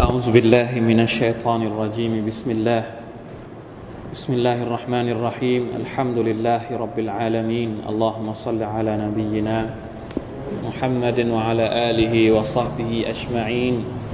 أعوذ بالله من الشيطان الرجيم بسم الله الرحمن الرحيم الحمد لله رب العالمين اللهم صل على نبينا محمد وعلى آله وصحبه أجمعين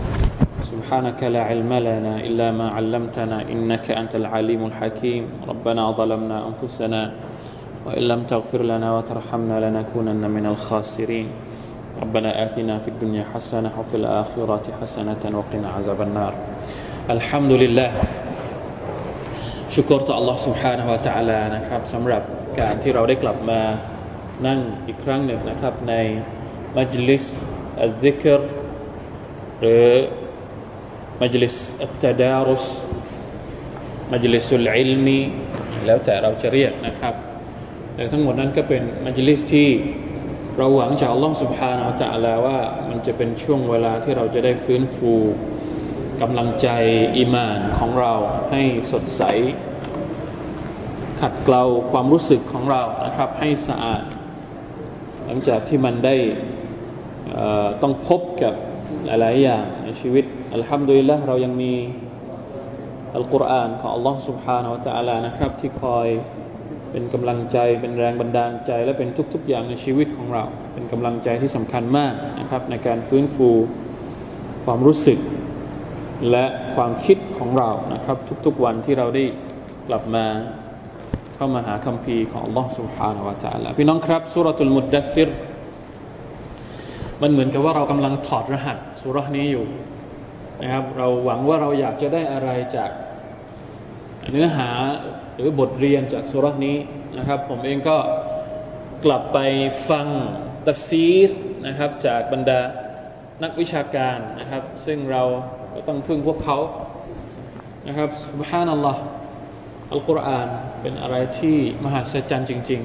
سبحانك لا علم لنا إلا ما علمتنا إنك أنت العليم الحكيم ربنا ظلمنا أنفسنا وإن لم تغفر لنا وترحمنا لنكونن من الخاسرين ربنا آتنا في الدنيا حسنة وفي الآخرة حسنة وقنا عذاب النار الحمد لله ชุกรต่อ Allah سبحانه และ تعالى นะครับสำหรับการที่เราได้กลับมานั่งอีกครั้งหนึ่งนะครับในมัจลิสอัลซิกรหรือมัจลิสอัตตะดารุสมัจลิสุลอิลมีแล้วแต่เราจะเรียกนะครับแต่ทั้งหมดนั้นก็เป็นมัจลิสที่เราหวังจากอัลลอฮฺ سبحانه และ تعالى ว่ามันจะเป็นช่วงเวลาที่เราจะได้ฟื้นฟูกำลังใจอีหม่านของเราให้สดใสขัดเกลาความรู้สึกของเรานะครับให้สะอาดหลังจากที่มันได้ต้องพบกับหลายๆอย่างในชีวิตอัลฮัมดุลิลละห์เรายังมีอัลกุรอานของอัลลอฮฺ سبحانه และ تعالى นะครับที่คอยเป็นกำลังใจเป็นแรงบันดาลใจและเป็นทุกๆอย่างในชีวิตของเราเป็นกำลังใจที่สำคัญมากนะครับในการฟื้นฟูความรู้สึกและความคิดของเรานะครับทุกๆวันที่เราได้กลับมาเข้ามาหาคัมภีร์ของ Allah Subhanahu Wa Taala พี่น้องครับซูเราะตุลมุดดัสซิรมันเหมือนกับว่าเรากำลังถอดรหัสซูเราะห์นี้อยู่นะครับเราหวังว่าเราอยากจะได้อะไรจากเนื้อหาหรือบทเรียนจากซูเราะห์นี้นะครับผมเองก็กลับไปฟังตัฟซีรนะครับจากบรรดานักวิชาการนะครับซึ่งเราก็ต้องพึ่งพวกเขานะครับซุบฮานัลลอฮ์อัลกุรอานเป็นอะไรที่มหัศจรรย์จริง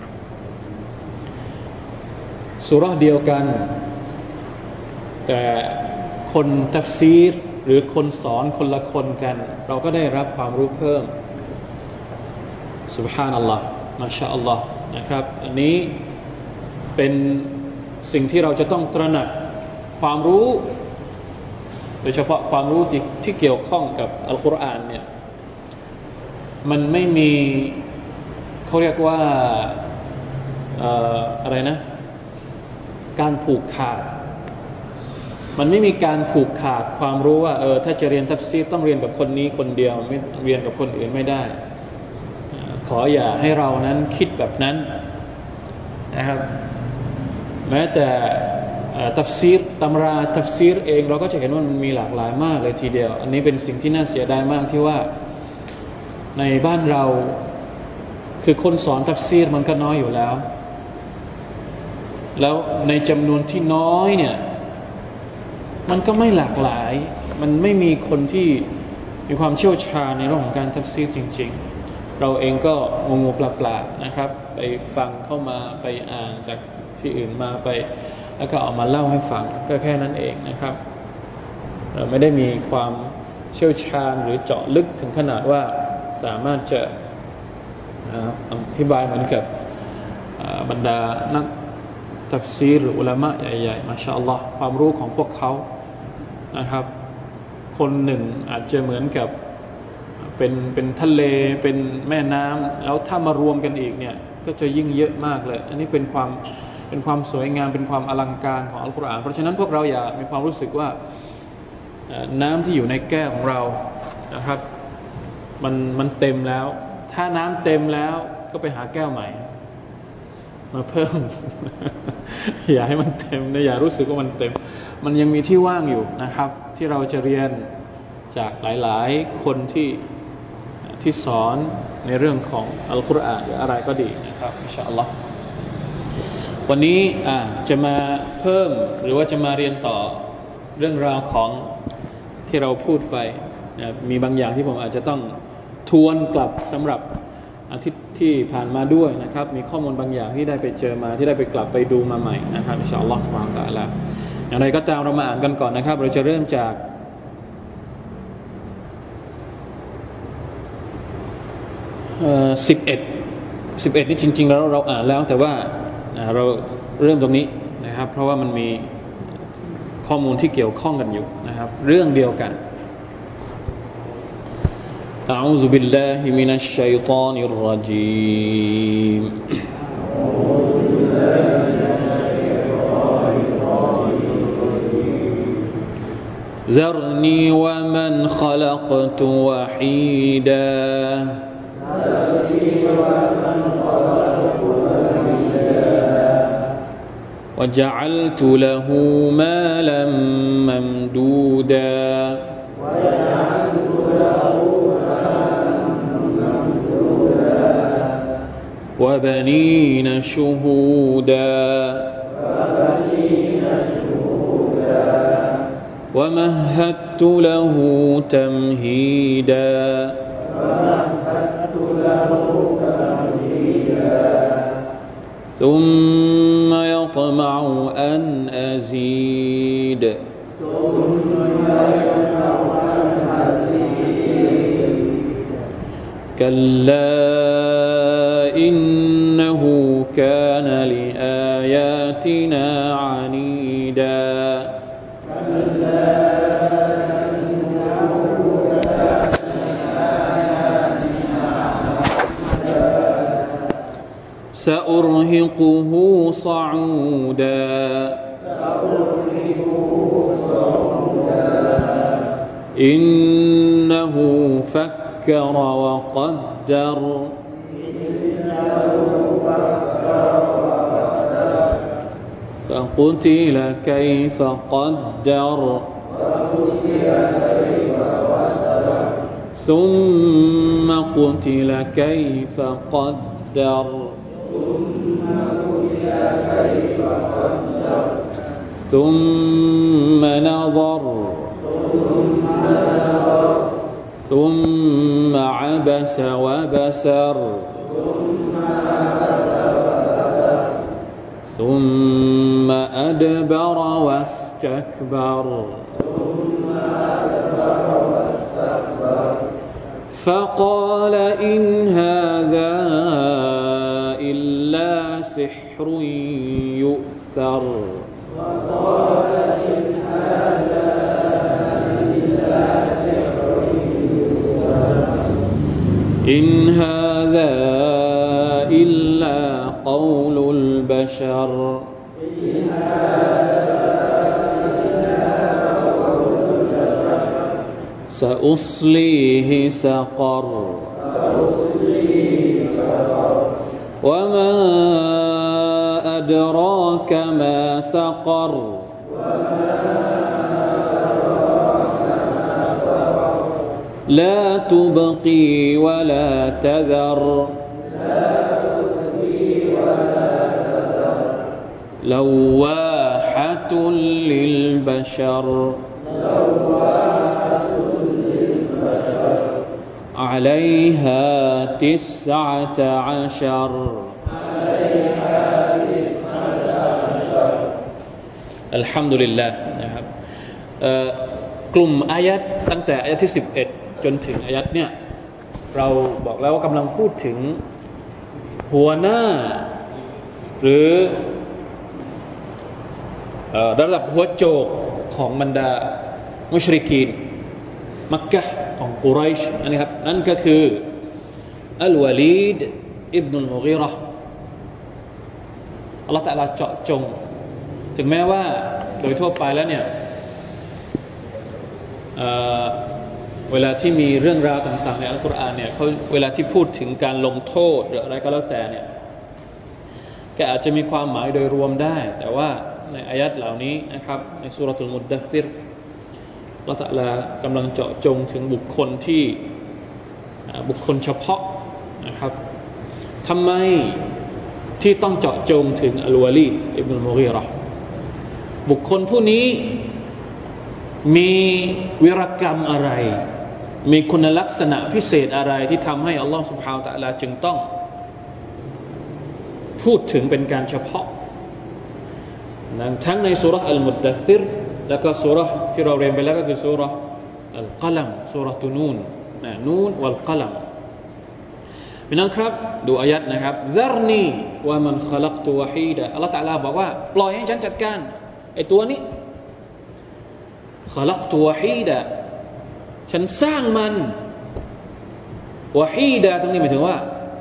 ๆซูเราะห์เดียวกันแต่คนตัฟซีรหรือคนสอนคนละคนกันเราก็ได้รับความรู้เพิ่มซุบฮานัลลอฮ์มาชาอัลลอฮ์นะครับอันนี้เป็นสิ่งที่เราจะต้องตระหนักความรู้โดยเฉพาะความรู้ที่เกี่ยวข้องกับอัลกุรอานเนี่ยมันไม่มีเขาเรียกว่าอะไรนะการผูกขาดมันไม่มีการผูกขาดความรู้ว่าถ้าจะเรียนตัฟซีรต้องเรียนกับคนนี้คนเดียวไม่เรียนกับคนอื่นไม่ได้ขออย่าให้เรานั้นคิดแบบนั้นนะครับแม้แต่ตัฟซีรตำราตัฟซีรเองเราก็จะเห็นว่ามันมีหลากหลายมากเลยทีเดียวอันนี้เป็นสิ่งที่น่าเสียดายมากที่ว่าในบ้านเราคือคนสอนตัฟซีรมันก็น้อยอยู่แล้วแล้วในจำนวนที่น้อยเนี่ยมันก็ไม่หลากหลายมันไม่มีคนที่มีความเชี่ยวชาญในเรื่องของการตัฟซีรจริงๆเราเองก็งงๆปลาๆนะครับไปฟังเข้ามาไปอ่านจากที่อื่นมาไปแล้วก็เอามาเล่าให้ฟังก็แค่นั้นเองนะครับเราไม่ได้มีความเชี่ยวชาญหรือเจาะลึกถึงขนาดว่าสามารถจะอธิบายเหมือนกับบรรดานักตัฟซีรหรืออุลามะใหญ่ๆมาชาอัลลอฮ์ความรู้ของพวกเขานะครับคนหนึ่งอาจจะเหมือนกับเป็นทะเลเป็นแม่น้ำแล้วถ้ามารวมกันอีกเนี่ยก็จะยิ่งเยอะมากเลยอันนี้เป็นความสวยงามเป็นความอลังการของอัลกุรอานเพราะฉะนั้นพวกเราอย่ามีความรู้สึกว่าน้ำที่อยู่ในแก้วของเรานะครับมันเต็มแล้วถ้าน้ำเต็มแล้วก็ไปหาแก้วใหม่มาเพิ่ม อย่าให้มันเต็มนะอย่ารู้สึกว่ามันเต็มมันยังมีที่ว่างอยู่นะครับที่เราจะเรียนจากหลายๆคนที่สอนในเรื่องของอัลกุรอานหรืออะไรก็ดีนะครับอินชาอัลลอฮ์วันนี้จะมาเพิ่มหรือว่าจะมาเรียนต่อเรื่องราวของที่เราพูดไปมีบางอย่างที่ผมอาจจะต้องทวนกลับสำหรับอาทิตย์ที่ผ่านมาด้วยนะครับมีข้อมูลบางอย่างที่ได้ไปเจอมาที่ได้ไปกลับไปดูมาใหม่นะครับอินชาอัลลอฮ์ซุบฮานะฮูวะตะอาลาอย่างไรก็ตามเรามาอ่านกันก่อนนะครับเราจะเริ่มจาก11นี่จริงๆแล้วเราอ่านแล้วแต่ว่าเราเริ่มตรงนี้นะครับเพราะว่ามันมีข้อมูลที่เกี่ยวข้องกันอยู่นะครับเรื่องเดียวกันอะอูซุบิลลาฮิมินัชชัยฏอนิรเราะญีมذرني ومن خلقت وحيدا وجعلت له مالا ممدودا وبنين شهودا ومهدت له تمهيدا ثم يطمع أن أزيد كلا إنه كان لآياتنا عنيدا سأرهقه صعودا إنه فكر وقدر فقتل كيف قدر ثم قتل كيف قدر ثم نظر ثم عبس وبسر ثم أدبر واستكبر فقال إن هذا إلا سحر يؤثر إن هذا إلا قول البشر سأصليه سقر وما أدراك ما سقر لا تبقي ولا تذر لواحة للبشر عليها 19 อัลฮัมดุลิลลาห์นะครับกลุ่มอายัดตั้งแต่อายัดที่11จนถึงอายัดเนี่ยเราบอกแล้วว่ากำลังพูดถึงหัวหน้าหรือระดับหัวโจกของบรรดามุชริกีนมักกะฮ์ของกุไรชนะครับนั่นก็คืออัลวะลีดอิบนุลมุฆีเราะห์อัลเลาะห์ตะอาลาเจาะจงถึงแม้ว่าโดยทั่วไปแล้วเนี่ยเวลาที่มีเรื่องราวต่างๆในอัลกุรอานเนี่ยเขาเวลาที่พูดถึงการลงโทษหรืออะไรก็แล้วแต่เนี่ยก็อาจจะมีความหมายโดยรวมได้แต่ว่าในอายัดเหล่านี้นะครับในซูเราะตุลมุดดัษซิรอัลเลาะห์ตะอาลากำลังเจาะจงถึงบุคคลที่บุคคลเฉพาะนะครับทำไมที่ต้องเจาะจงถึงอัลวะลีดอิบนุลมุฆีเราะห์บุคคลผู้นี้มีวิรกรรมอะไรมีคุณลักษณะพิเศษอะไรที่ทำให้อัลลอฮฺซุบฮานะฮูวะตะอาลาจึงต้องพูดถึงเป็นการเฉพาะทั้งในซูเราะห์อัลมุดดัษซิรแล้วก็ซูเราะห์ที่เราเรียนไปแล้วก็คือซูเราะห์อัลกะลัมซูเราะตุนูนนูนวัลกะลัมพี่น้องครับดูอายัดนะครับซัรนีวะมันคอลักตุวะฮีดะอัลเลาะห์ตะอาลาบอกว่าปล่อยให้ฉันจัดการไอ้ตัวนี้ขลักตุวะฮีดะฉันสร้างมันวะฮีดะตรงนี้หมายถึงว่า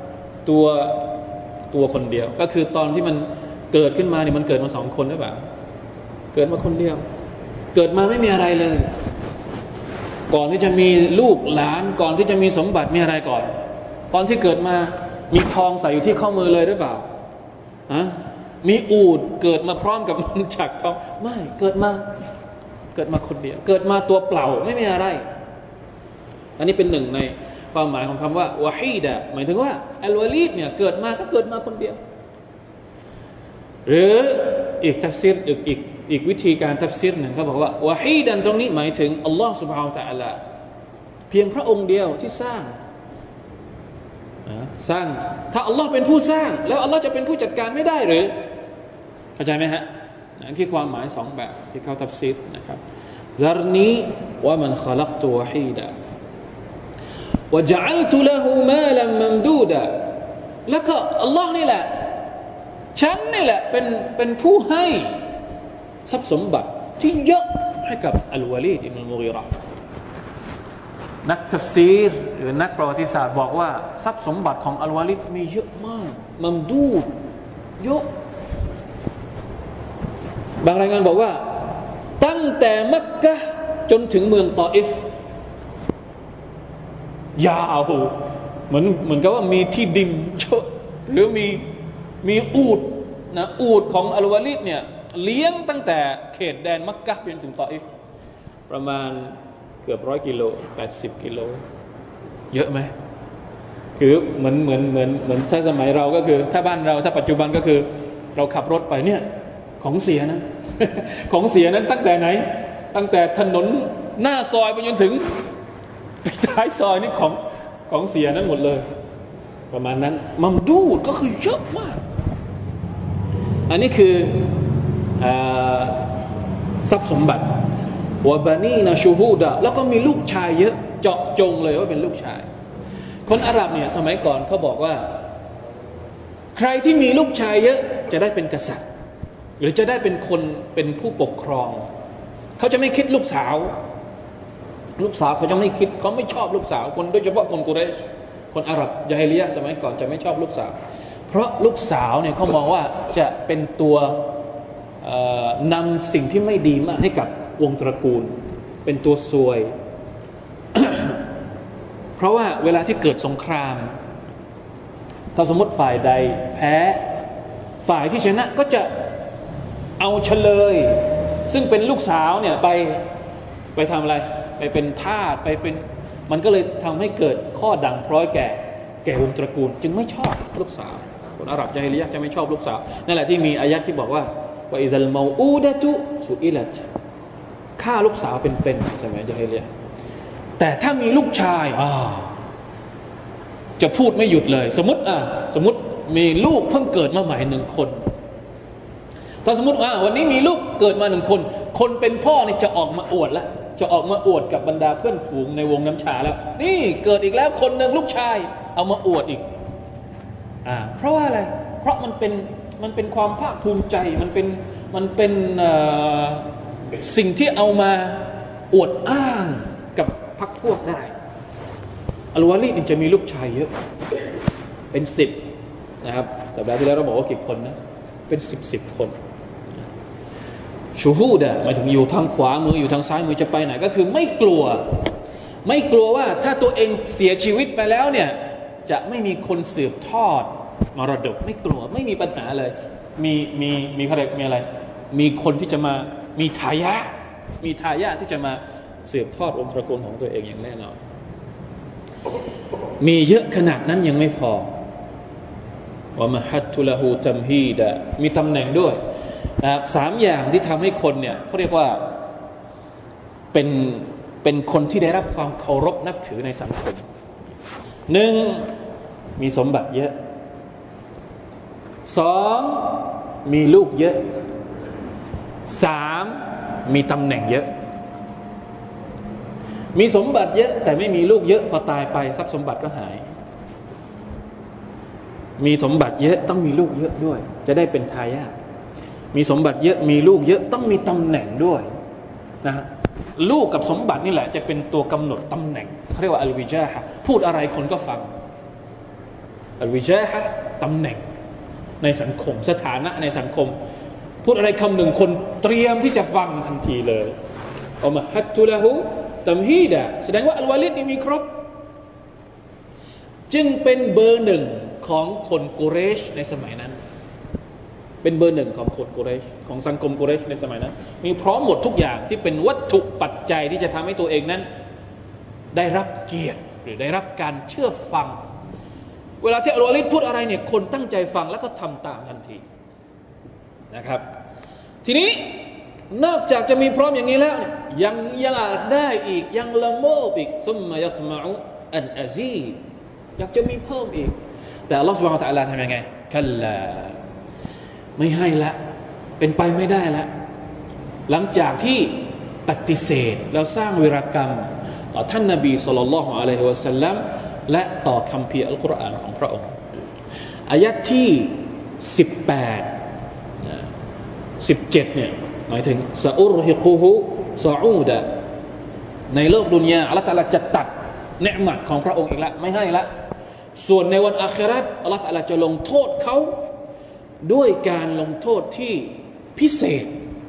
ตัวคนเดียวก็คือตอนที่มันเกิดขึ้นมาเนี่ยมันเกิดมา2 คนหรือเปล่าเกิดมาคนเดียวเกิดมาไม่มีอะไรเลยก่อนที่จะมีลูกหลานก่อนที่จะมีสมบัติมีอะไรก่อนตอนที่เกิดมามีทองใส่อยู่ที่ข้อมือเลยหรือเปล่ามีอูฐเกิดมาพร้อมกับมันจากทองไม่เกิดมาคนเดียวเกิดมาตัวเปล่าไม่มีอะไรอันนี้เป็นหนึ่งในความหมายของคำว่าวะฮีดะหมายถึงว่าอัลวะลีดเนี่ยเกิดมาคนเดียวหรืออีกตัฟซีรอีกวิธีการตัฟซีรหนึ่งเขาบอกว่าวะฮีดันตรงนี้หมายถึงอัลลอฮฺ سبحانه และ تعالى เพียงพระองค์เดียวที่สร้างถ้าอัลลอฮ์เป็นผู้สร้างแล้วอัลลอฮ์จะเป็นผู้จัดการไม่ได้หรือเข้าใจไหมฮะนั่นคือความหมาย2แบบที่เขาตัฟซีรนะครับซารนีวะมันขลักตุวะฮีดะวะญะอัลตุละฮูมาลัมมัมดูดะแล้วก็อัลลอฮ์นี่แหละฉันนี่แหละเป็นผู้ให้ทรัพย์สมบัติที่เยอะให้กับอัลวะลีดอิบนุลมุฆีเราะห์นักตัฟซีรหรือนักประวัติศาสตร์บอกว่าทรัพย์สมบัติของอัลวะลีดมีเยอะมากมัมดูดเยอะบางรายงานบอกว่าตั้งแต่มักกะห์จนถึงเมืองตออิฟยาวเหมือนกับว่ามีที่ดินเยอะหรือมีอูฐนะอูฐของอัลวะลีดเนี่ยเลี้ยงตั้งแต่เขตแดนมักกะห์ไปจนถึงตออิฟประมาณเกือบ100 กิโล80 กิโลเยอะไหมคือเหมือนใช้สมัยเราก็คือถ้าบ้านเราถ้าปัจจุบันก็คือเราขับรถไปเนี่ยของเสียนะ ของเสียนั้นตั้งแต่ไหนตั้งแต่ถนนหน้าซอยไปจนถึงท้ายซอยนี่ของเสียนั้นหมดเลยประมาณนั้นมัมดูดก็คือเยอะมากอันนี้คือทรัพย์สมบัติวะบานีนะชูฮูดะแล้วก็มีลูกชายเยอะเจาะจงเลยว่าเป็นลูกชายคนอาหรับเนี่ยสมัยก่อนเขาบอกว่าใครที่มีลูกชายเยอะจะได้เป็นกษัตริย์หรือจะได้เป็นคนเป็นผู้ปกครองเขาจะไม่คิดลูกสาวเขาจะไม่คิดเขาไม่ชอบลูกสาวคนโดยเฉพาะคนกุเรชคนอาหรับญะฮิลิยะห์สมัยก่อนจะไม่ชอบลูกสาวเพราะลูกสาวเนี่ยเขามองว่าจะเป็นตัวนำสิ่งที่ไม่ดีมาให้กับวงตระกูลเป็นตัวซวย เพราะว่าเวลาที่เกิดสงครามถ้าสมมติฝ่ายใดแพ้ฝ่ายที่ชนะก็จะเอาเฉลยซึ่งเป็นลูกสาวเนี่ยไปทำอะไรไปเป็นทาสไปเป็นมันก็เลยทำให้เกิดข้อด่างพร้อยแก่วงตระกูลจึงไม่ชอบลูกสาวคนอาหรับญะฮิลิยะห์จะไม่ชอบลูกสาวนั่นแหละที่มีอายะห์ที่บอกว่าว่าอิซัลเมาอูดะตุสุอิลัตฆ่าลูกสาวเป็นๆสมัยญะฮิลิยะห์แต่ถ้ามีลูกชายจะพูดไม่หยุดเลยสมมติมีลูกเพิ่งเกิดมาใหม่1 คนถ้าสมมติวันนี้มีลูกเกิดมา1 คนคนเป็นพ่อนี่จะออกมาอวดแล้วจะออกมาอวดกับบรรดาเพื่อนฝูงในวงน้ำชาแล้วนี่เกิดอีกแล้วคนหนึ่งลูกชายเอามาอวดอีกเพราะว่าอะไรเพราะมันเป็นความภาคภูมิใจมันเป็นสิ่งที่เอามาอวดอ้างกับพรรคพวกได้อัลวะลีดจะมีลูกชายเยอะเป็น10นะครับแต่แบบที่แล้วเราบอกว่ากี่คนนะเป็น10 คนชูฮูดะหมายถึงอยู่ทางขวามืออยู่ทางซ้ายมือจะไปไหนก็คือไม่กลัวว่าถ้าตัวเองเสียชีวิตไปแล้วเนี่ยจะไม่มีคนสืบทอดมรดกไม่กลัวไม่มีปัญหาเลยมีอะไรมีคนที่จะมามีทายาทที่จะมาสืบทอดองค์ตระกูลของตัวเองอย่างแน่นอนมีเยอะขนาดนั้นยังไม่พอวะมะฮัตตุละฮูตัมฮีดะมีตำแหน่งด้วยนะครับ3อย่างที่ทำให้คนเนี่ยเขาเรียกว่าเป็นคนที่ได้รับความเคารพนับถือในสังคม1มีสมบัติเยอะ2มีลูกเยอะ3มีตำแหน่งเยอะมีสมบัติเยอะแต่ไม่มีลูกเยอะพอตายไปทรัพย์สมบัติก็หายมีสมบัติเยอะต้องมีลูกเยอะด้วยจะได้เป็นทายาทมีสมบัติเยอะมีลูกเยอะต้องมีตำแหน่งด้วยนะลูกกับสมบัตินี่แหละจะเป็นตัวกำหนดตำแหน่งเขาเรียกว่าอัลวิจาฮะพูดอะไรคนก็ฟังอัลวิจาฮะตำแหน่งในสังคมสถานะในสังคมพูดอะไรคำหนึ่งคนเตรียมที่จะฟังทันทีเลยอัลมาฮัตตุละฮูตัมฮีดะแสดงว่าอัลวาลิดนี่มีครบจึงเป็นเบอร์หนึ่งของคนกุเรชในสมัยนั้นเป็นเบอร์หนึ่งของคนกุเรชของสังคมกุเรชในสมัยนั้นมีพร้อมหมดทุกอย่างที่เป็นวัตถุปัจจัยที่จะทำให้ตัวเองนั้นได้รับเกียรติหรือได้รับการเชื่อฟังเวลาที่อัลวาลิดพูดอะไรเนี่ยคนตั้งใจฟังแล้วก็ทำตามทันทีนะครับทีนี้นอกจากจะมีพร้อมอย่างนี้แล้วยังอยากได้อีกยังละโมบอีกซุมมายัตมะอุอันอาซีอยากจะมีเพิ่มอีกแต่อัลลอฮฺซุบฮานะฮูวะตะอาลาทำยังไงคัลลาไม่ให้ละเป็นไปไม่ได้ละหลังจากที่ปฏิเสธแล้วสร้างวีรกรรมต่อท่านนบีศ็อลลัลลอฮุอะลัยฮิวะซัลลัมและต่อคัมภีร์อัลกุรอานของพระองค์อายะห์ที่18 17เนี่ยหมายถึงซะอุรฮิกุฮุซะอูดะในโลกดุนยาอัลเลาะห์ตะอาลาจะตัดเนือมัตของพระองค์อีกละไม่ให้ละส่วนในวันอาคิเราะห์อัลเลาะห์ตะอาลาจะลงโทษเขาด้วยการลงโทษที่พิเศษ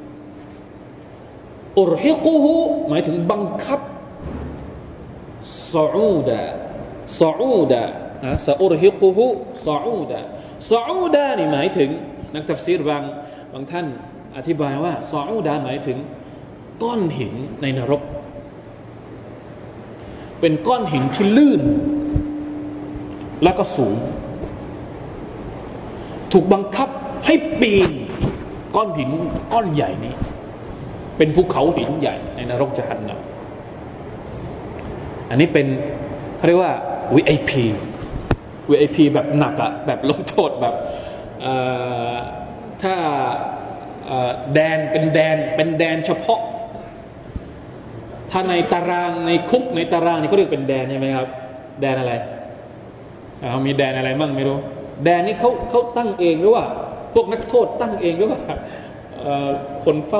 อุรฮิกุฮุหมายถึงบังคับซะอูดะซะอูดะซะอุรฮิกุฮุซะอูดะซะอูดะนี่หมายถึงนักตัฟซีรบางท่านอธิบายว่าซออูดาหมายถึงก้อนหินในนรกเป็นก้อนหินที่ลื่นแล้วก็สูงถูกบังคับให้ปีนก้อนหินก้อนใหญ่นี้เป็นภูเขาหินใหญ่ในนรกญะฮันนัมอันนี้เป็นเขาเรียกว่า VIP แบบหนักอะแบบลงโทษแบบถ้าแดนเป็นแดนเฉพาะถ้าในตารางในคุกในตารางนี่เขาเรียกเป็นแดนใช่ไหมครับแดนอะไรมีแดนอะไรมั่งไม่รู้แดนนี่เขาตั้งเองหรือว่าพวกนักโทษตั้งเองหรือว่าคนเฝ้า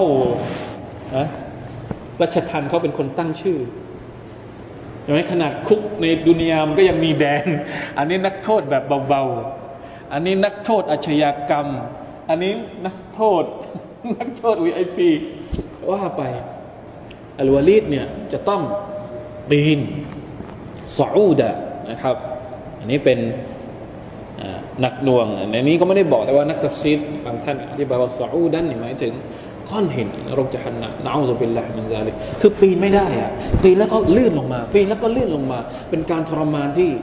ราชทัณฑ์เขาเป็นคนตั้งชื่ออย่างไรขนาดคุกในดุนยามันก็ยังมีแดนอันนี้นักโทษแบบเบาๆอันนี้นักโทษอาชญากรรมอันนี้นักโทษ VIP ว่าไปอัลวาลีดเนี่ยจะต้องปีนซออูดะนะครับอันนี้เป็นหนักหน่วงในนี้ก็ไม่ได้บอกแต่ว่านักตัฟซีรบางท่านอธิบายว่าซออูดันนี่หมายถึงก้อนหินนรกญะฮันนัมนะอูซุบิลลาฮิมินซาลิกคือปีนไม่ได้อะปีนแล้วก็ลื่นลงมาปีนแล้วก็ลื่นลงมาเป็นการทรมานที่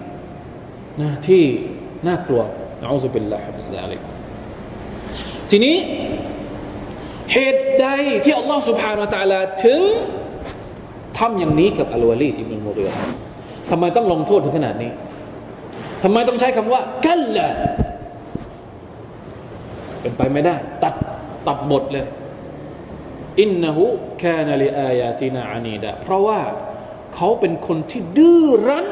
น่ากลัวนะอูซุบิลลาฮิมินซาลิกทีนี้เหตุใดที่อัลลอฮฺ سبحانه และ تعالى ถึงทำอย่างนี้กับอัลวาลีดอิบนุลมุกีเราะห์ทำไมต้องลงโทษถึงขนาดนี้ทำไมต้องใช้คำว่ากัลลาเป็นไปไม่ได้ตัดบทเลยอินนะฮูกานะลิอายาตินาอานีดะเพราะว่าเขาเป็นคนที่ดื้อรั้น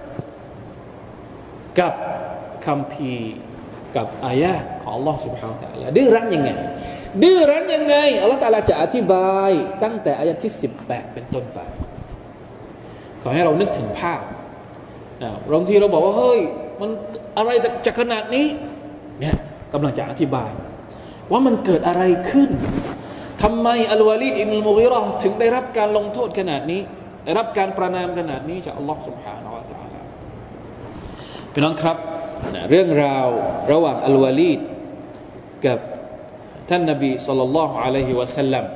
กับคัมภีร์กับอายะห์ของอัลลอฮฺ سبحانه และ تعالى ดื้อรั้นยังไงอัลลอฮฺตะอาลาจะอธิบายตั้งแต่อายะห์ที่18เป็นต้นไปขอให้เรานึกถึงภาพบางทีเราบอกว่าเฮ้ยมันอะไรจะขนาดนี้เนี่ยกำลังจะอธิบายว่ามันเกิดอะไรขึ้นทำไมอัลวาลีดอิบนุลมุกีเราะห์ถึงได้รับการลงโทษขนาดนี้ได้รับการประณามขนาดนี้จากอัลลอฮฺ سبحانه และ تعالى พี่น้องครับเรื่องราวระหว่างอัลวาลีดกับท่านนบีศ็อลลัลลอฮุอะลัยฮิวะซัลลัม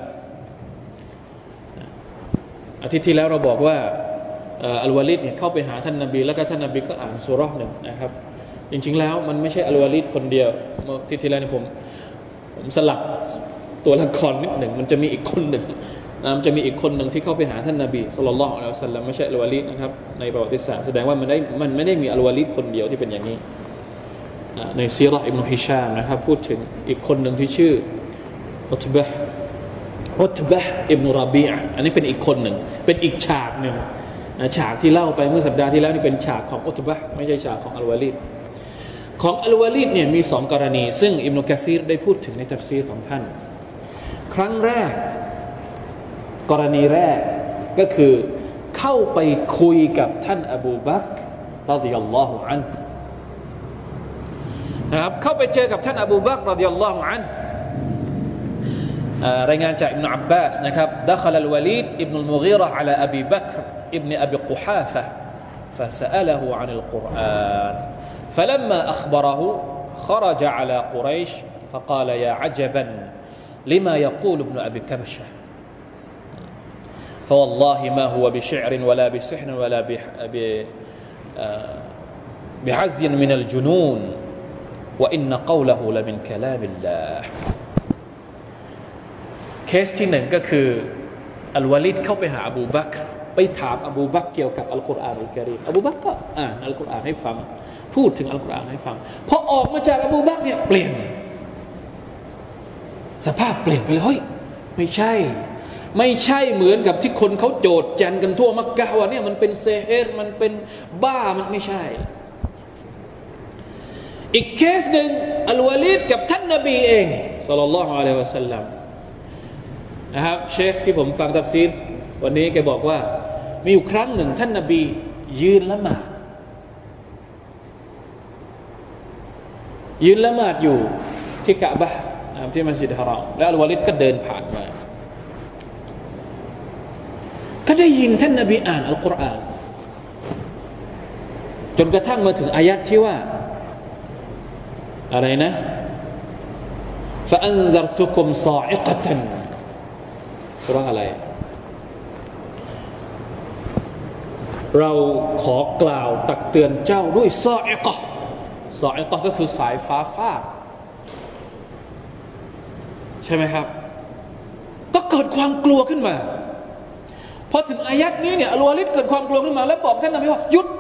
อาทิตย์ที่แล้วเราบอกว่าอัลวาลิดเนี่ยเข้าไปหาท่านนบีแล้วก็ท่านนบีก็อ่านซูเราะห์หนึ่งนะครับจริงๆแล้วมันไม่ใช่อัลวาลิดคนเดียวอาทิตย์ที่แล้วนี่ผมสลับตัวละครนิดหนึ่งมันจะมีอีกคนหนึ่งมันจะมีอีกคนหนึ่งที่เข้าไปหาท่านนบีศ็อลลัลลอฮุอะลัยฮิวะซัลลัมไม่ใช่อัลวาลิดนะครับในประวัติศาสตร์แสดงว่ามันไม่ได้มีอัลวาลิดคนเดียวที่เป็นอย่างนี้ในซีเราะห์อิบนุฮิชามนะครับพูดถึงอีกคนหนึ่งที่ชื่ออุตบะห์อิบนุรอบีอะห์อันนี้เป็นอีกคนหนึ่งเป็นอีกฉากหนึ่งฉากที่เล่าไปเมื่อสัปดาห์ที่แล้วนี่เป็นฉากของอุตบะห์ไม่ใช่ฉากของอัลวาลิดของอัลวาลิดเนี่ยมี2กรณีซึ่งอิบนุกะซีรได้พูดถึงในตัฟซีรของท่านครั้งแรกกรณีแรกก็คือเข้าไปคุยกับท่านอบูบักรรอฎิยัลลอฮุอันฮุนะครับเข้าไปเจอกับท่านอบูบักรรอฎิยัลลอฮุอันฮุรายงานจากอิบนุอับบาสนะครับدخل الوليد ابن المغيرة على أبي بكر ابن أبي قحافة فسأله عن القرآن فلما أخبره خرج على قريش فقال يا عجبا لما يقول ابن أبي كبشة فوالله ما هو بشعر ولا بسحر ولا بعزي من الجنون وإن قوله لمن كلام اللهเคสที่หนึ่งก็คืออัลวาลิดเข้าไปหาอบูบักรไปถามอบูบักรเกี่ยวกับอัลกุรอานอัลกะรีมอบูบักรก็อ่านอัลกุรอานให้ฟังพูดถึงอัลกุรอานให้ฟังพอออกมาจากอบูบักรเนี่ยเปลี่ยนสภาพเปลี่ยนไปเลยเฮ้ยไม่ใช่เหมือนกับที่คนเขาโจษจันกันทั่วมักกะฮ์ว่าเนี่ยมันเป็นเซเฮรมันเป็นบ้ามันไม่ใช่อีกเคสหนึ่งอัลวาลิดกับท่านนบีเองศ็อลลัลลอฮุอะลัยฮิวะซัลลัมนะครับเชคที่ผมฟังตัฟซีรวันนี้แกบอกว่ามีอยู่ครั้งหนึ่งท่านนบียืนละหมาดอยู่ที่กะบะห์ที่มัสยิดฮารอมแล้วอัลวาลิดก็เดินผ่านมาก็ได้ยินท่านนบีอ่านอัลกุรอานจนกระทั่งมาถึงอายัดที่ว่าอะไรนะ فأنذرتكم صاعقة สุเราะห์อะไรเราขอกล่าวตักเตือนเจ้าด้วยซออิกะห์ก็คือสายฟ้าฟาดใช่ไหมครับก็เกิดความกลัวขึ้นมาพอถึงอายัดนี้เนี่ยอัลวาลิดเกิดความกลัวขึ้นมาแล้วบอกท่านนบีว่าหยุด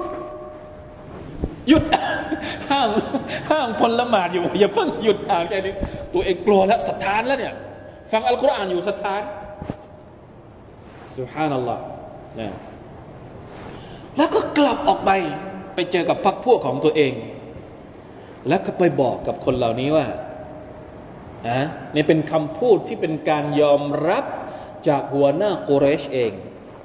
ห้ามคนละหมาดอยู่อย่าเพิ่งหยุดอ่านแค่นี้ตัวเองกลัวแล้วสะท้านแล้วเนี่ยฟังอัลกุรอานอยู่สะท้านซุบฮานัลลอฮ์นะแล้วก็กลับออกไปเจอกับพรรคพวกของตัวเองแล้วก็ไปบอกกับคนเหล่านี้ว่านี่เป็นคำพูดที่เป็นการยอมรับจากหัวหน้ากุเรชเอง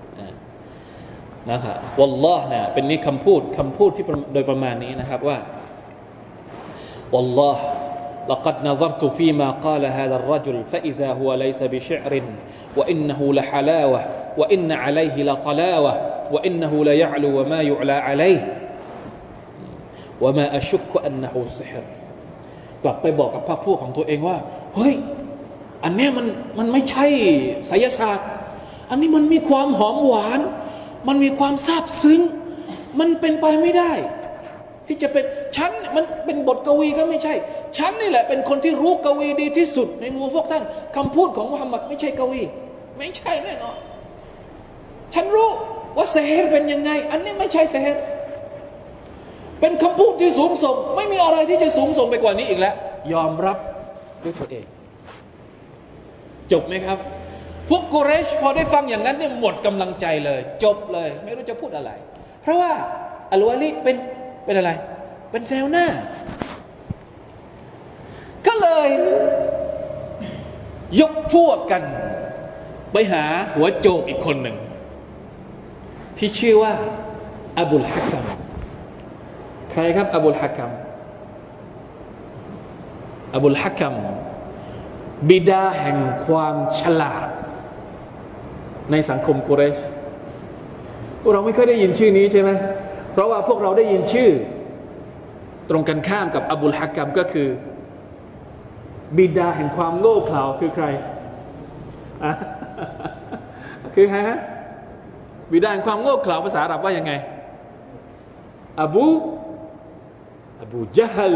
นะครับวัลลอฮ์เนี่ยเป็นนี่คำพูดที่โดยประมาณนี้นะครับว่าวัลลอฮ์لقد نظرت فيما قال هذا الرجل فإذا هو ليس بشعر وإنه لحلاوة وإن عليه لطلاوة وإنه ليعلو وما يعلى عليه وما أشك أنه سحر กลับไปบอกกับพรรคพวกของตัวเองว่าเฮ้ยอันเนี้ยมันไม่ใช่ไสยศาสตร์อันนี้มันมีความหอมหวานมันมีความซาบซึ้งมันเป็นไปไม่ได้ที่จะเป็นฉันมันเป็นบทกวีก็ไม่ใช่ฉันนี่แหละเป็นคนที่รู้กวีดีที่สุดในหมู่พวกท่านคำพูดของมุฮัมมัดไม่ใช่กวีไม่ใช่แน่นอนฉันรู้ว่าเซฮร์เป็นยังไงอันนี้ไม่ใช่เซฮร์เป็นคำพูดที่สูงส่งไม่มีอะไรที่จะสูงส่งไปกว่านี้อีกแล้วยอมรับด้วยตัวเองจบไหมครับพวกกุเรชพอได้ฟังอย่างนั้นเนี่ยหมดกำลังใจเลยจบเลยไม่รู้จะพูดอะไรเพราะว่าอัลวาลิดเป็นอะไรเป็นแนวหน้าก็เลยยกพวกกันไปหาหัวโจกอีกคนหนึ่งที่ชื่อว่าอบุลฮักัมใครครับอบุลฮักัมบิดาแห่งความฉลาดในสังคมกุเรชพวกเราไม่เคยได้ยินชื่อนี้ใช่ไหมเพราะว่าพวกเราได้ยินชื่อตรงกันข้ามกับอบุลฮักัมก็คือบิดาแห่งความโง่เขลาคือใครคือใครฮะบิดาแห่งความโง่เขลาภาษาอาหรับว่ายังไงอบูญะฮัล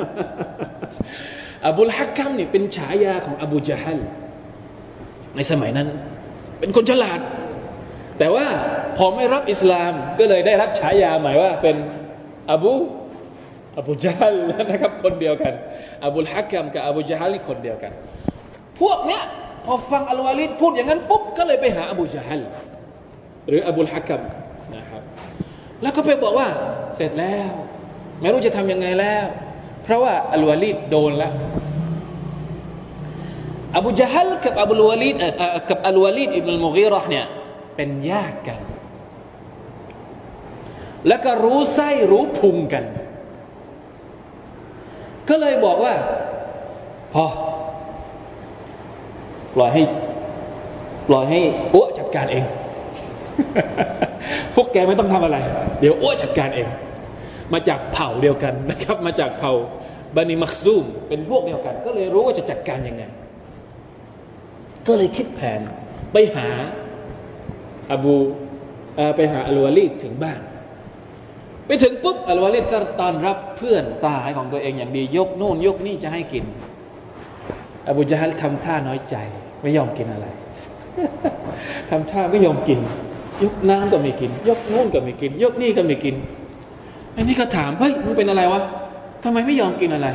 อบุลฮักกัมนี่เป็นฉายาของอบูญะฮัลในสมัยนั้นเป็นคนฉลาดแต่ว่าพอไม่รับอิสลามก็เลยได้รับฉายาใหม่ว่าเป็นอบูญะฮัลนะครับคนเดียวกันอบุลฮักกัมกับอบูญะฮัลนี่คนเดียวกันพวกเนี้ยพอฟังอัลวาลิดพูดอย่างนั้นปุ๊บก็เลยไปหาอบูญะฮัลหรืออบุลฮักกัมนะครับแล้วก็ไปบอกว่าเสร็จแล้วไม่รู้จะทำยังไงแล้วเพราะว่าอัลวาลิดโดนแล้วอบูญะฮัลกับอัลวาลีดกับอัลวาลีดอิบนุลมุกีเราะห์เนี่ยเป็นญาติกันแล้วก็รู้ไส้รู้พุงกันก็เลยบอกว่าพอปล่อยให้อ้วจัดการเอง พวกแกไม่ต้องทำอะไรเดี๋ยวอ้วจัดการเองมาจากเผ่าเดียวกันนะครับมาจากเผ่าบานีมักซูมเป็นพวกเดียวกันก็เลยรู้ว่าจะจัดการยังไงก็เลยคิดแผนไปหาไปหาอัลวาลีดถึงบ้านไปถึงปุ๊บอัลวาลีดก็ต้อนรับเพื่อนสหายของตัวเองอย่างดียกนู่นยกนี่จะให้กินอบูญะฮัลทำท่าน้อยใจไม่ยอมกินอะไร ทำท่าไม่ยอมกินยกน้ำก็ไม่กินยกนู่นก็ไม่กินยกนี่ก็ไม่กินอันนี้ก็ถามเฮ้ยมึงเป็นอะไรวะทำไมไม่ยอมกินอะไร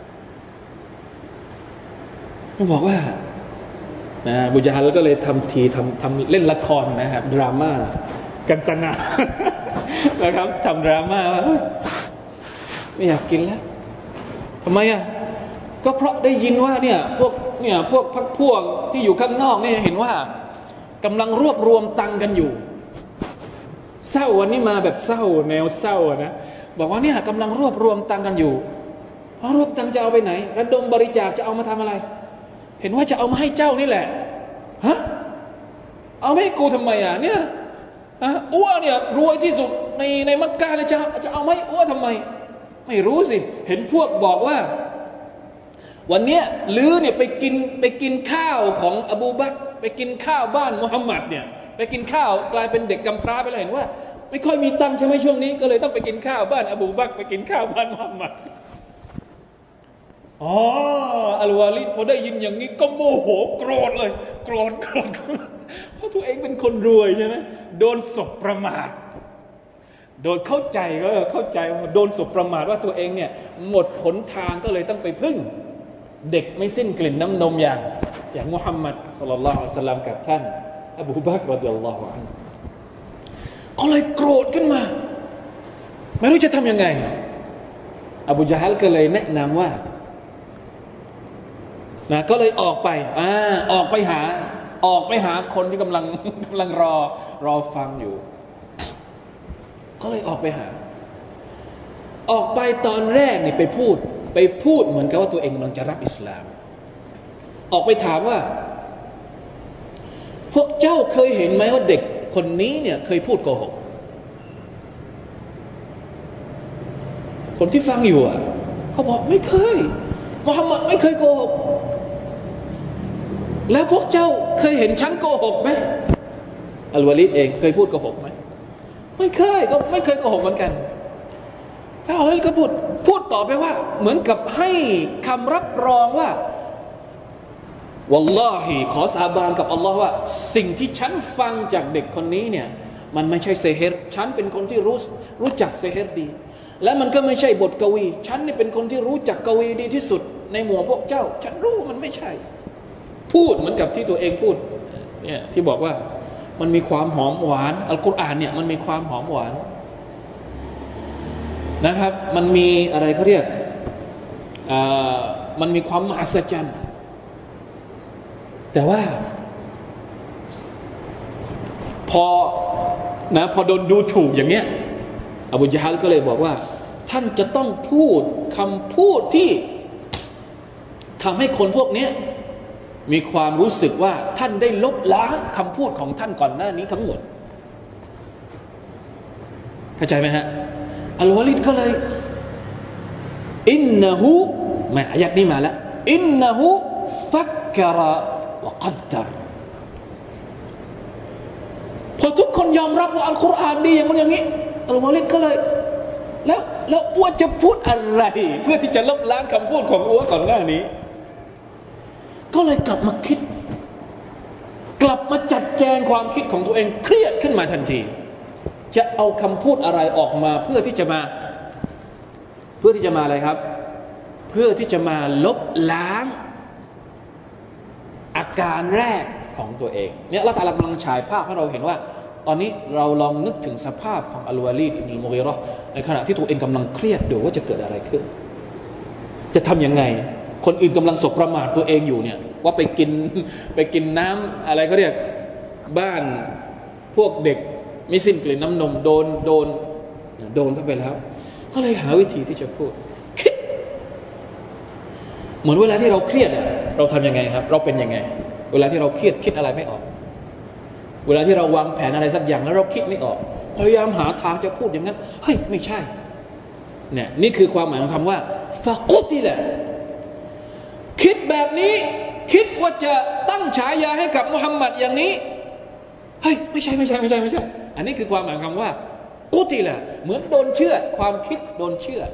มันบอกว่าอบูญะฮัลก็เลยทำเล่นละครนะครับดราม่ากันตนา นะครับทำดราม่าไม่อยากกินแล้วทำไมอ่ะก็เพราะได้ยินว่าเนี่ยพวกพรรคพวกที่อยู่ข้างนอกเนี่ยเห็นว่ากำลังรวบรวมตังกันอยู่เศร้าวันนี้มาแบบเศร้าแนวเศร้านะบอกว่าเนี่ยกำลังรวบรวมตังกันอยู่รวบตังจะเอาไปไหนระดมบริจาคจะเอามาทำอะไรเห็นว่าจะเอามาให้เจ้านี่แหละฮะเอาไม่ให้กูทำไมอ่ะเนี่ยอ้วเนี่ยรวยที่สุดในมักกะเลยจะเอาไม่อ้วทำไมไม่รู้สิเห็นพวกบอกว่าวันเนี้ยลือเนี่ยไปกินข้าวของอบูบักรไปกินข้าวบ้านมุฮัมมัดเนี่ยไปกินข้าวกลายเป็นเด็กกำพร้าไปแล้วเห็นว่าไม่ค่อยมีตังค์ใช่ไหมช่วงนี้ก็เลยต้องไปกินข้าวบ้านอบูบักรไปกินข้าวบ้านมุฮัมมัดอัลวาลิดพอได้ยินอย่างนี้ก็โมโหโกรธเลยโกรธเพราะตัวเองเป็นคนรวยใช่ไหมโดนสบประมาทโดนเข้าใจว่าโดนสบประมาทว่าตัวเองเนี่ยหมดหนทางก็เลยต้องไปพึ่งเด็กไม่สิ้นกลิ่นน้ำนมอย่างมุฮัมมัดศ็อลลัลลอฮุอะลัยฮิวะซัลลัมกับท่านอบูบักร รอฎิยัลลอฮุอันฮุก็เลยโกรธขึ้นมาไม่รู้จะทำยังไงอบูญะฮัลก็เลยแนะนำว่าก็เลยออกไปหาคนที่กำลังรอฟังอยู่ก็เลยออกไปตอนแรกนี่ไปพูดเหมือนกับว่าตัวเองกำลังจะรับอิสลามออกไปถามว่าพวกเจ้าเคยเห็นไหมว่าเด็กคนนี้เนี่ยเคยพูดโกหกคนที่ฟังอยู่เขาบอกไม่เคยมุฮัมมัดไม่เคยโกหกแล้วพวกเจ้าเคยเห็นฉันโกหกไหมอัลวาลิดเองเคยพูดโกหกไหมไม่เคยโกหกเหมือนกันแล้วอัลวาลิดก็พูดต่อไปว่าเหมือนกับให้คำรับรองว่าวัลลอฮิขอสาบานกับอัลลอฮ์ว่าสิ่งที่ฉันฟังจากเด็กคนนี้เนี่ยมันไม่ใช่เซเฮรฉันเป็นคนที่รู้จักเซเฮรดีและมันก็ไม่ใช่บทกวีฉันนี่เป็นคนที่รู้จักกวีดีที่สุดในหมู่พวกเจ้าฉันรู้มันไม่ใช่พูดเหมือนกับที่ตัวเองพูดเนี่ยที่บอกว่ามันมีความหอมหวานอัลกุรอานเนี่ยมันมีความหอมหวานนะครับมันมีอะไรเขาเรียกมันมีความมหัศจรรย์แต่ว่าพอโดนดูถูกอย่างเนี้ยอบูญะฮัลก็เลยบอกว่าท่านจะต้องพูดคำพูดที่ทำให้คนพวกนี้มีความรู้สึกว่าท่านได้ลบล้างคำพูดของท่านก่อนหน้านี้ทั้งหมดเข้าใจไหมฮะอัลวาลิดก็เลยอินนะฮูมาอายัดนี้มาแล้วอินนะฮูฟักกะรอวะกัดดะรพอทุกคนยอมรับว่าอัลกุรอานดีอย่างนี้อัลวาลิดก็เลยแล้วอ้วจะพูดอะไรเพื่อที่จะลบล้างคำพูดของอ้วก่อนหน้านี้ก็เลยกลับมาจัดแจงความคิดของตัวเองเครียดขึ้นมาทันทีจะเอาคำพูดอะไรออกมาเพื่อที่จะมาอะไรครับเพื่อที่จะมาลบล้างอาการแรกของตัวเองเนี่ยอัลเลาะห์ตะอาลากำลังฉายภาพให้เราเห็นว่าตอนนี้เราลองนึกถึงสภาพของอัลวาลีดอิบนุลมุกีเราะห์ในขณะที่ตัวเองกำลังเครียดดูว่าจะเกิดอะไรขึ้นจะทำยังไงคนอื่นกำลังสบประมาทตัวเองอยู่เนี่ยว่าไปกินน้ำอะไรเขาเรียกบ้านพวกเด็กไม่สิ้นกลิ่นน้ำนมโดนเข้าไปแล้วก็เลยหาวิธีที่จะพูดคิดเหมือนเวลาที่เราเครียดเราทำยังไงครับเราเป็นยังไงเวลาที่เราเครียดคิดอะไรไม่ออกเวลาที่เราวางแผนอะไรสักอย่างแล้วเราคิดไม่ออกพยายามหาทางจะพูดอย่างนั้นเฮ้ยไม่ใช่เนี่ยนี่คือความหมายของคำว่าฟะกุติละคิดแบบนี้คิดว่าจะตั้งฉายาให้กับมุฮัมมัดอย่างนี้เฮ้ยไม่ใช่อันนี้คือความหมายของคำว่ากุติละเหมือนโดนเชื่อความคิดโดนเชื่อ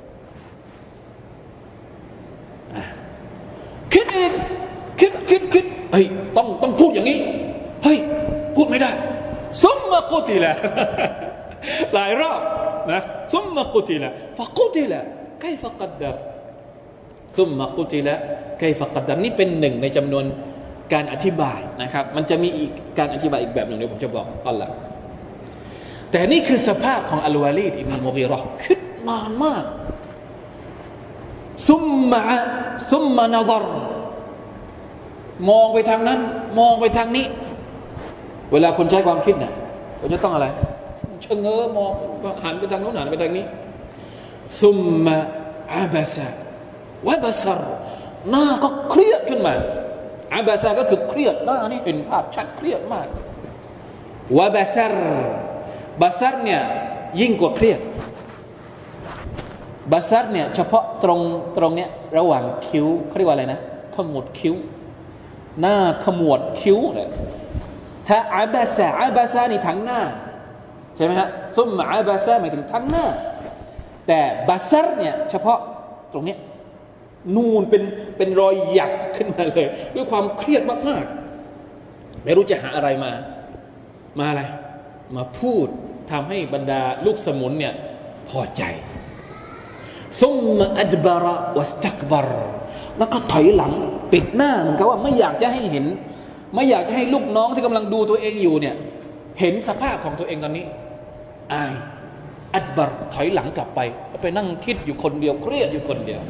คิดเองคิดเฮ้ยต้องพูดอย่างนี้เฮ้ยพูดไม่ได้ซุมมากุติละหลายรอบนะซุมมากุติละฟะกุติละไคฟะกัดดะซุมมากุติละไคฟะกัดดะนี่เป็นหนึ่งในจำนวนการอธิบายนะครับมันจะมีอีกการอธิบายอีกแบบหนึ่งเดี๋ยวผมจะบอกตอนหลังแต่นี่คือสภาพของอัลวาลีดอิบนุมุฆีเราะห์คิดนานมากซุมมานะซรมองไปทางนั้นมองไปทางนี้เวลาคนใช้ความคิดเนี่ยเขาจะต้องอะไรชะเง้อมองหันไปทางโน้นหันไปทางนี้ซุมมาอาบะซาวะบะซรหน้าก็เครียดขึ้นมาอาบะซาก็คือเครียดหน้านี่เห็นภาพชัดเครียดมากวะบะซรเนี่ยยิ่งกว่าเครียดบะซรเนี่ยเฉพาะตรงเนี้ยระหว่างคิ้วเขาเรียกว่าอะไรนะขมวดคิ้วหน้าขมวดคิ้วเนี่ยถ้าอาบะซานี่ทั้งหน้าใช่ไหมฮะซุมมาอาบะซาหมายถึงทั้งหน้าแต่บะซรเนี่ยเฉพาะตรงเนี้ยนูนเป็นรอยหยักขึ้นมาเลยด้วยความเครียดมากๆไม่รู้จะหาอะไรมาอะไรมาพูดทำให้บรรดาลูกสมุนเนี่ยพอใจซุมมาอัดบาระวัสตักบารแล้วก็ถอยหลังปิดหน้าเหมือนกับว่าไม่อยากจะให้เห็นไม่อยากจะให้ลูกน้องที่กำลังดูตัวเองอยู่เนี่ยเห็นสภาพของตัวเองตอนนี้อายอัดบารถอยหลังกลับไปนั่งคิดอยู่คนเดียวเครียดอยู่คนเดียว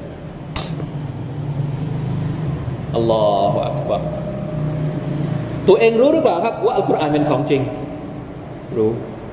อัลลอฮฺอักบัรตัวเองรู้หรือเปล่าครับว่าอัลกุรอานเป็นของจริงรู้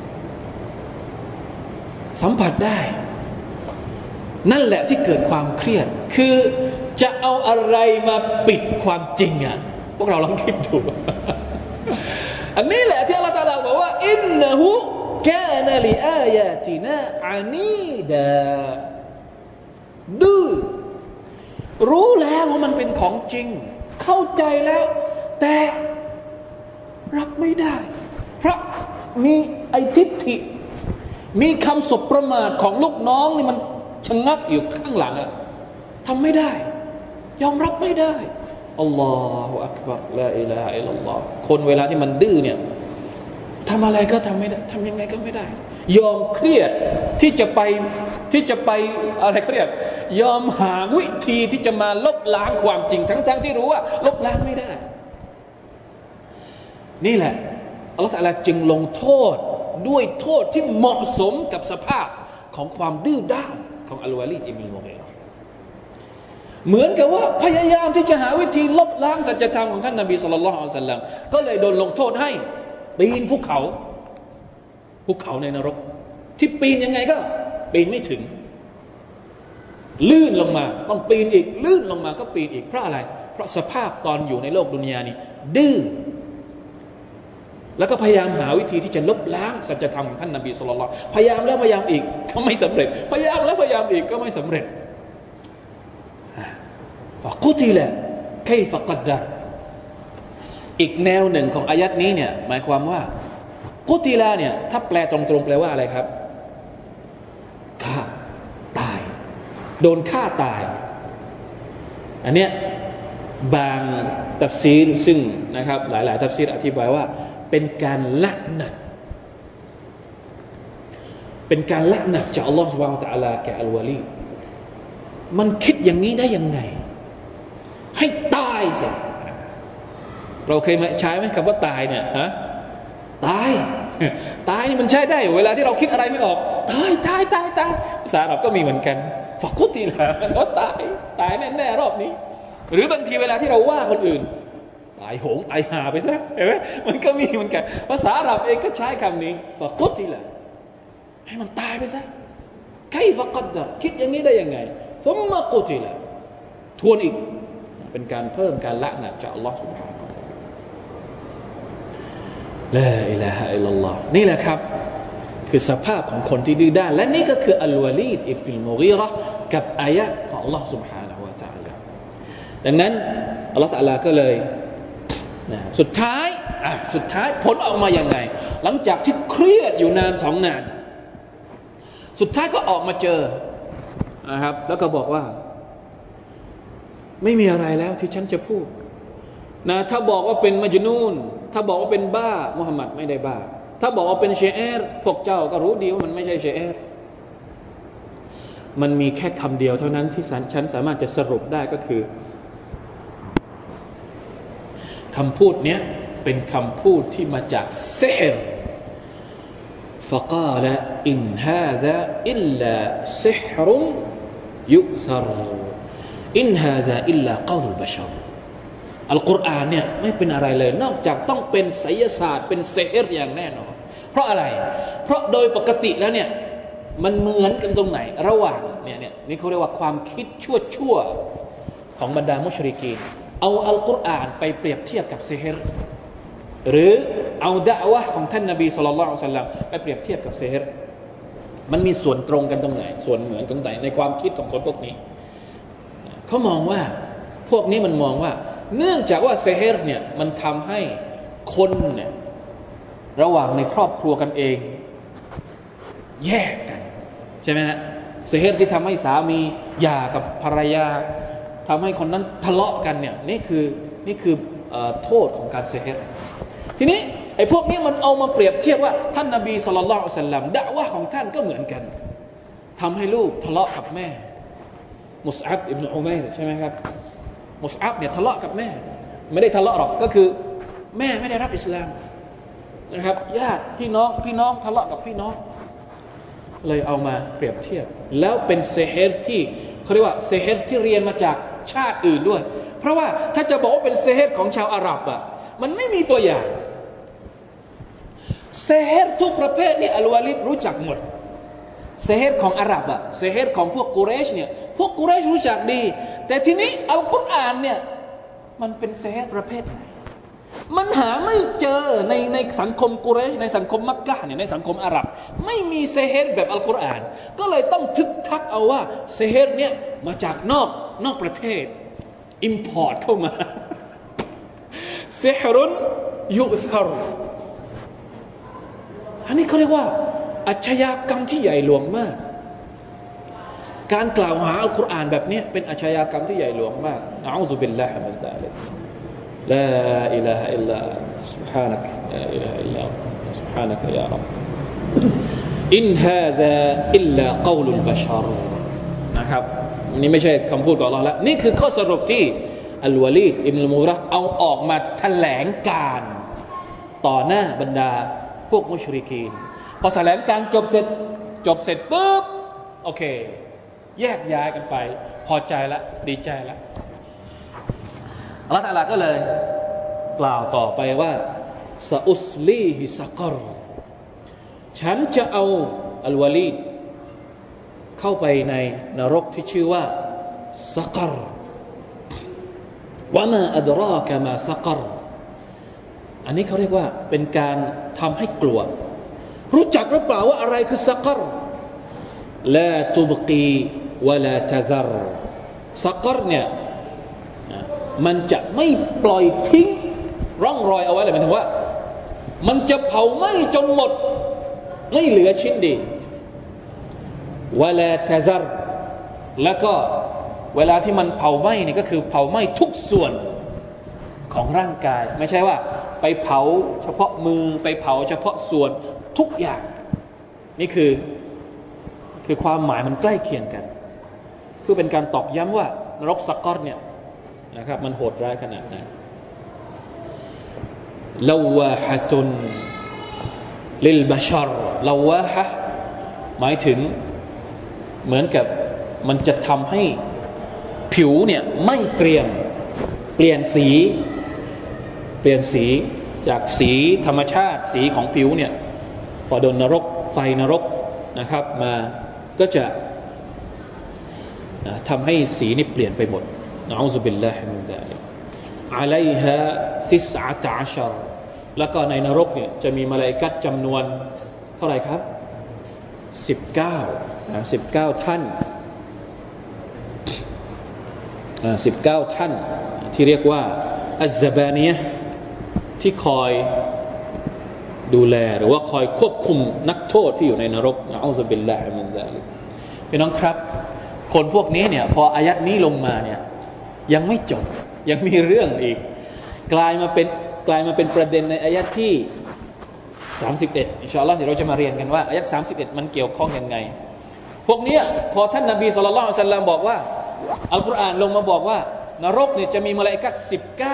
สัมผัสได้นั่นแหละที่เกิดความเครียดคือจะเอาอะไรมาปิดความจริงอ่ะพวกเราลองคิดดูอันนี้แหละที่อัลลอฮฺตะอาลาบอกว่าอินนะฮูกานะลิอายาตินาอานีดาดื้อรู้แล้วว่ามันเป็นของจริงเข้าใจแล้วแต่รับไม่ได้เพราะมีไอ้ทิฏฐิมีคำสบประมาทของลูกน้องนี่มันชะงักอยู่ข้างหลังอะทำไม่ได้ยอมรับไม่ได้อัลลอฮฺอักบัรลาอิลาฮะอิลลัลลอฮ์คนเวลาที่มันดื้อเนี่ยทำอะไรก็ทำไม่ได้ทำยังไงก็ไม่ได้ยอมเครียดที่จะไปอะไรเขาเรียกยอมหาวิธีที่จะมาลบล้างความจริงทั้งที่รู้ว่าลบล้างไม่ได้นี่แหละอัลลอฮฺตะอาลาจึงลงโทษด้วยโทษที่เหมาะสมกับสภาพของความดื้อด้านของอัลวาลีดอิบนุมุฆีเราะห์เหมือนกับว่าพยายามที่จะหาวิธีลบล้างสัจธรรมของท่านนบีศ็อลลัลลอฮุอะลัยฮิวะซัลลัมก็เลยโดนลงโทษให้ปีนภูเขาในนรกที่ปีนยังไงก็ปีนไม่ถึงลื่นลงมาต้องปีนอีกลื่นลงมาก็ปีนอีกเพราะอะไรเพราะสภาพตอนอยู่ในโลกดุนยานี้ดื้อแล้วก็พยายามหาวิธีที่จะลบล้างสัจธรรมของท่านนบีศ็อลลัลลอฮุอะลัยฮิวะซัลลัมพยายามแล้วพยายามอีกก็ไม่สำเร็จพยายามแล้วพยายามอีกก็ไม่สำเร็จฟะกุติละไคฟะกัดดะรอีกแนวหนึ่งของอายัดนี้เนี่ยหมายความว่ากุติลาเนี่ยถ้าแปลตรงๆแปลว่าอะไรครับฆ่าตายโดนฆ่าตายอันเนี้ยบางตัฟซีรซึ่งนะครับหลายๆตัฟซีรอธิบายว่าเป็นการละหนัดจากอัลลอฮฺซุบฮานะฮูวะตะอาลาแก่อัลวาลีดมันคิดอย่างนี้ได้ยังไงให้ตายสิเราเคยใช้ไหมคำว่าตายเนี่ยฮะตายนี่มันใช้ได้เวลาที่เราคิดอะไรไม่ออกตายภาษาอาหรับก็มีเหมือนกันฟักกุติละก็ตายแน่ๆรอบนี้หรือบางทีเวลาที่เราว่าคนอื่นตายโหงตายหาไปซะเห็นไหมมันก็มีเหมือนกันภาษาอาหรับเองก็ใช้คำนี้ฟะกุติละให้มันตายไปซะไคฟะกัดดะคิดอย่างนี้ได้ยังไงซุมมะกุติละทวนอีกเป็นการเพิ่มการละหมาดจากอัลลอฮฺ سبحانه และ تعالى ลาอิลาฮะอิลลัลลอฮ์นี่แหละครับคือสภาพของคนที่ดื้อด้านและนี่ก็คืออัลวะลีดอิบนุลมุฆีเราะห์กับอายะห์ของอัลลอฮฺ سبحانه และ تعالى ดังนั้นอัลลอฮฺ تعالى ก็เลยสุดท้ายผลออกมาอย่างไงหลังจากที่เครียดอยู่นาน2 นานสุดท้ายก็ออกมาเจอนะครับแล้วก็บอกว่าไม่มีอะไรแล้วที่ฉันจะพูดนะถ้าบอกว่าเป็นมัจนูนถ้าบอกว่าเป็นบ้ามุฮัมมัดไม่ได้บ้าถ้าบอกว่าเป็นเชอร์พวกเจ้าก็รู้ดีว่ามันไม่ใช่เชอร์มันมีแค่คำเดียวเท่านั้นที่ฉันสามารถจะสรุปได้ก็คือคำพูดเนี้ยเป็นคำพูดที่มาจากเซฮ์فقال إن هذا إلا سحر يؤثر إن هذا إلا قول البشر อัลกุรอานเนี่ยไม่เป็นอะไรเลยนอกจากต้องเป็นไสยศาสตร์เป็นเซฮ์อย่างแน่นอนเพราะอะไรเพราะโดยปกติแล้วเนี่ยมันเหมือนกันตรงไหนระหว่างเนี่ยนี่เขาเรียกว่าความคิดชั่วของบรรดามุชริกีนเอาอัลกุรอานไปเปรียบเทียบกับเซฮ์หรือเอาดะอ์วะห์ของท่านนบีศ็อลลัลลอฮุอะลัยฮิวะซัลลัมไปเปรียบเทียบกับเซฮ์มันมีส่วนตรงกันตรงไหนส่วนเหมือนตรงไหนในความคิดของคนพวกนี้เขามองว่าพวกนี้มันมองว่าเนื่องจากว่าเซฮ์เนี่ยมันทำให้คนเนี่ยระหว่างในครอบครัวกันเองแยกกันใช่ไหมฮะเซฮ์ที่ทำให้สามีหย่ากับภรรยาทำให้คนนั้นทะเลาะกันเนี่ยนี่คือโทษของการเซฮ์ทีนี้ไอ้พวกนี้มันเอามาเปรียบเทียบว่าท่านนบีศ็อลลัลลอฮุอะลัยฮิวะซัลลัมดะอ์วะห์ของท่านก็เหมือนกันทำให้ลูกทะเลาะกับแม่มุศอับอิบนุอุมัยรใช่ไหมครับมุศอับเนี่ยทะเลาะกับแม่ไม่ได้ทะเลาะหรอกก็คือแม่ไม่ได้รับอิสลามนะครับญาติพี่น้องทะเลาะกับพี่น้องเลยเอามาเปรียบเทียบแล้วเป็นเซฮ์ที่เขาเรียกว่าเซฮ์ที่เรียนมาจากชาติอื่นด้วยเพราะว่าถ้าจะบอกว่าเป็นเซฮ์ของชาวอาหรับอ่ะมันไม่มีตัวอย่างเซฮ์ทุกประเภทนี่อัลวาลิดรู้จักหมดเซฮ์ของอาหรับอ่ะเซฮ์ของพวกกุเรชเนี่ยพวกกุเรชรู้จักดีแต่ทีนี้อัลกุรอานเนี่ยมันเป็นเซฮ์ประเภทไหนมันหาไม่เจอในสังคมกุเรชในสังคมมักกะฮ์เนี่ยในสังคมอาหรับไม่มีเซฮ์แบบอัลกุรอานก็เลยต้องทึกทักเอาว่าเซฮ์เนี่ยมาจากนอกประเทศอิมพอร์ตเข้ามาซิฮรุนยุซรอันนี้เขาเรียกว่าอาชญากรรมที่ใหญ่หลวงมากการกล่าวหาอัลกุรอานแบบนี้เป็นอาชญากรรมที่ใหญ่หลวงมากนะอูซุบิลลาฮิมินซาลิกลาอิลาฮะอิลลัลซุบฮานักลาอิลาฮะอิลลัลซุบฮานักยาร็อบอินฮาซาอิลลากอลุลบะชรนะครับนี่ไม่ใช่คำพูดของอัลเลาะห์แล้วนี่คือข้อสรุปที่อัลวะลีดอิบนุลมุฆีเราะห์เอาออกมาแถลงการต่อหน้าบรรดาพวกมุชริกีนพอแถลงการจบเสร็จปุ๊บโอเคแยกย้ายกันไปพอใจแล้วดีใจแล้วอัลเลาะห์ตะอาลาก็เลยกล่าวต่อไปว่าซะอุสลีฮิซะกรฉันจะเอาอัลวะลีดเข้าไปในนรกที่ชื่อว่าซะกรวะมาอัดรอกะมาซะกรอันนี้เขาเรียกว่าเป็นการทำให้กลัวรู้จักหรือเปล่าว่าอะไรคือซะกรลาตุบกีวะลาตะซัรซะกรเนี่ยมันจะไม่ปล่อยทิ้งร่องรอยเอาไว้เลยหมายถึงว่ามันจะเผาไหม้จนหมดไม่เหลือชิ้นดีวะลาตะซัรแล้วก็เวลาที่มันเผาไหม้นี่ก็คือเผาไหม้ทุกส่วนของร่างกายไม่ใช่ว่าไปเผาเฉพาะมือไปเผาเฉพาะส่วนทุกอย่างนี่คือความหมายมันใกล้เคียงกันเพื่อเป็นการตอกย้ำว่านรกซะกอรเนี่ยนะครับมันโหดร้ายขนาดไหนลาวาฮะตุนลิลบะชัรลาวาฮะหมายถึงเหมือนกับมันจะทำให้ผิวเนี่ยไม่เกรียมเปลี่ยนสีจากสีธรรมชาติสีของผิวเนี่ยพอโดนนรกไฟนรกนะครับมาก็จะทำให้สีนี่เปลี่ยนไปหมดนะอูซุบิลลาฮิมินซาลิกอะลัยฮา19แล้วก็ในนรกเนี่ยจะมีมลาอิกะฮ์จำนวนเท่าไหร่ครับ19ท่าน19ท่านที่เรียกว่าอัซซะบานียะห์ที่คอยดูแลหรือว่าคอยควบคุมนักโทษที่อยู่ในนรกนะอูซุบิลลาฮิมินซาลิกพี่น้องครับคนพวกนี้เนี่ยพออายัดนี้ลงมาเนี่ยยังไม่จบยังมีเรื่องอีกกลายมาเป็นประเด็นในอายัดที่31อินชาอัลเลาะห์เดี๋ยวเราจะมาเรียนกันว่าอายัด31มันเกี่ยวข้องยังไงพวกเนี้ยพอท่านนบีศ็อลลัลลอฮุอะลัยฮิวะซัลลัมบอกว่าอัลกุรอานลงมาบอกว่านรกเนี่ยจะมีมลาอิกะฮ์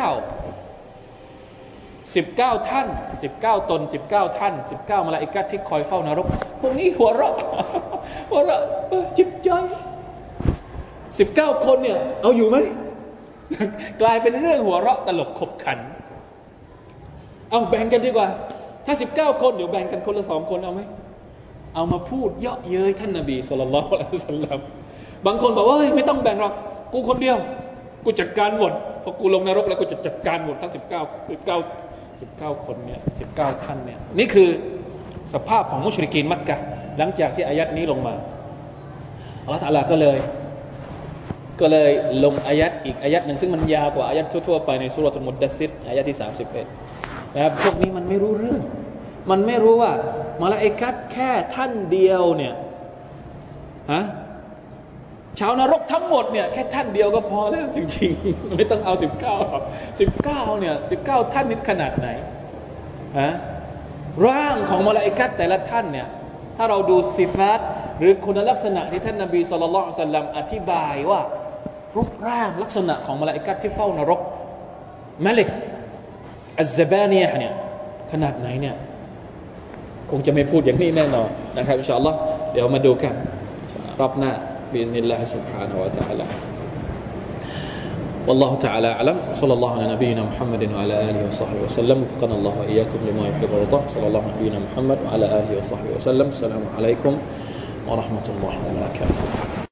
19ท่าน19ตน19ท่าน19มลาอิกะฮ์ที่คอยเฝ้านรกพวกนี้หัวเราะจิบจ้อย19คนเนี่ยเอาอยู่ไหมกลายเป็นเรื่องหัวเราะตลกขบขันเอาแบ่งกันดีกว่าถ้า19คนเดี๋ยวแบ่งกันคนละ2คนเอาไหมเอามาพูดเยาะเย้ยท่านนบีศ็อลลัลลอฮุอะลัยฮิวะซัลลัมบางคนบอกว่าเฮ้ยไม่ต้องแบ่งหรอกกูคนเดียวกูจัดการหมดพอกูลงนรกแล้วกูจะจัดการหมดทั้ง19คนเนี่ย19ท่านเนี่ยนี่คือสภาพของมุชริกีนมักกะฮ์หลังจากที่อายัดนี้ลงมาอัลเลาะห์ตะอาลาก็เลยลงอายัดอีกอายัดหนึ่งซึ่งมันยาวกว่าอายัดทั่วๆไปในซูเราะตุลมุดดัสซิรอายัดที่31นะครับพวกนี้มันไม่รู้เรื่องมันไม่รู้ว่ามลาอิกะฮ์แค่ท่านเดียวเนี่ยชาวนรกทั้งหมดเนี่ยแค่ท่านเดียวก็พอแล้วจริงๆไม่ต้องเอา19หรอก19เนี่ย19ท่านนี่ขนาดไหนร่างของมลาอิกะฮ์แต่ละท่านเนี่ยถ้าเราดูซิฟาตหรือคุณลักษณะที่ท่านนบีศ็อลลัลลอฮุอะลัยฮิวะซัลลัมอธิบายว่ารูปร่างลักษณะของมลาอิกะฮ์ที่เฝ้านรกมะลิกอัซซะบานียะห์เนี่ยขนาดไหนเนี่ยคงจะไม่พูดอย่างนี้แน่นอนนะครับอินชาอัลลอฮ์เดี๋ยวมาดูกันรอบหน้าبإذن الله سبحانه وتعالى والله تعالى أعلم صلى الله على نبينا محمد وعلى آله وصحبه وسلم وفقنا الله وإياكم لما يحب ويرضى صلى الله على نبينا محمد وعلى آله وصحبه وسلم السلام عليكم ورحمة الله وبركاته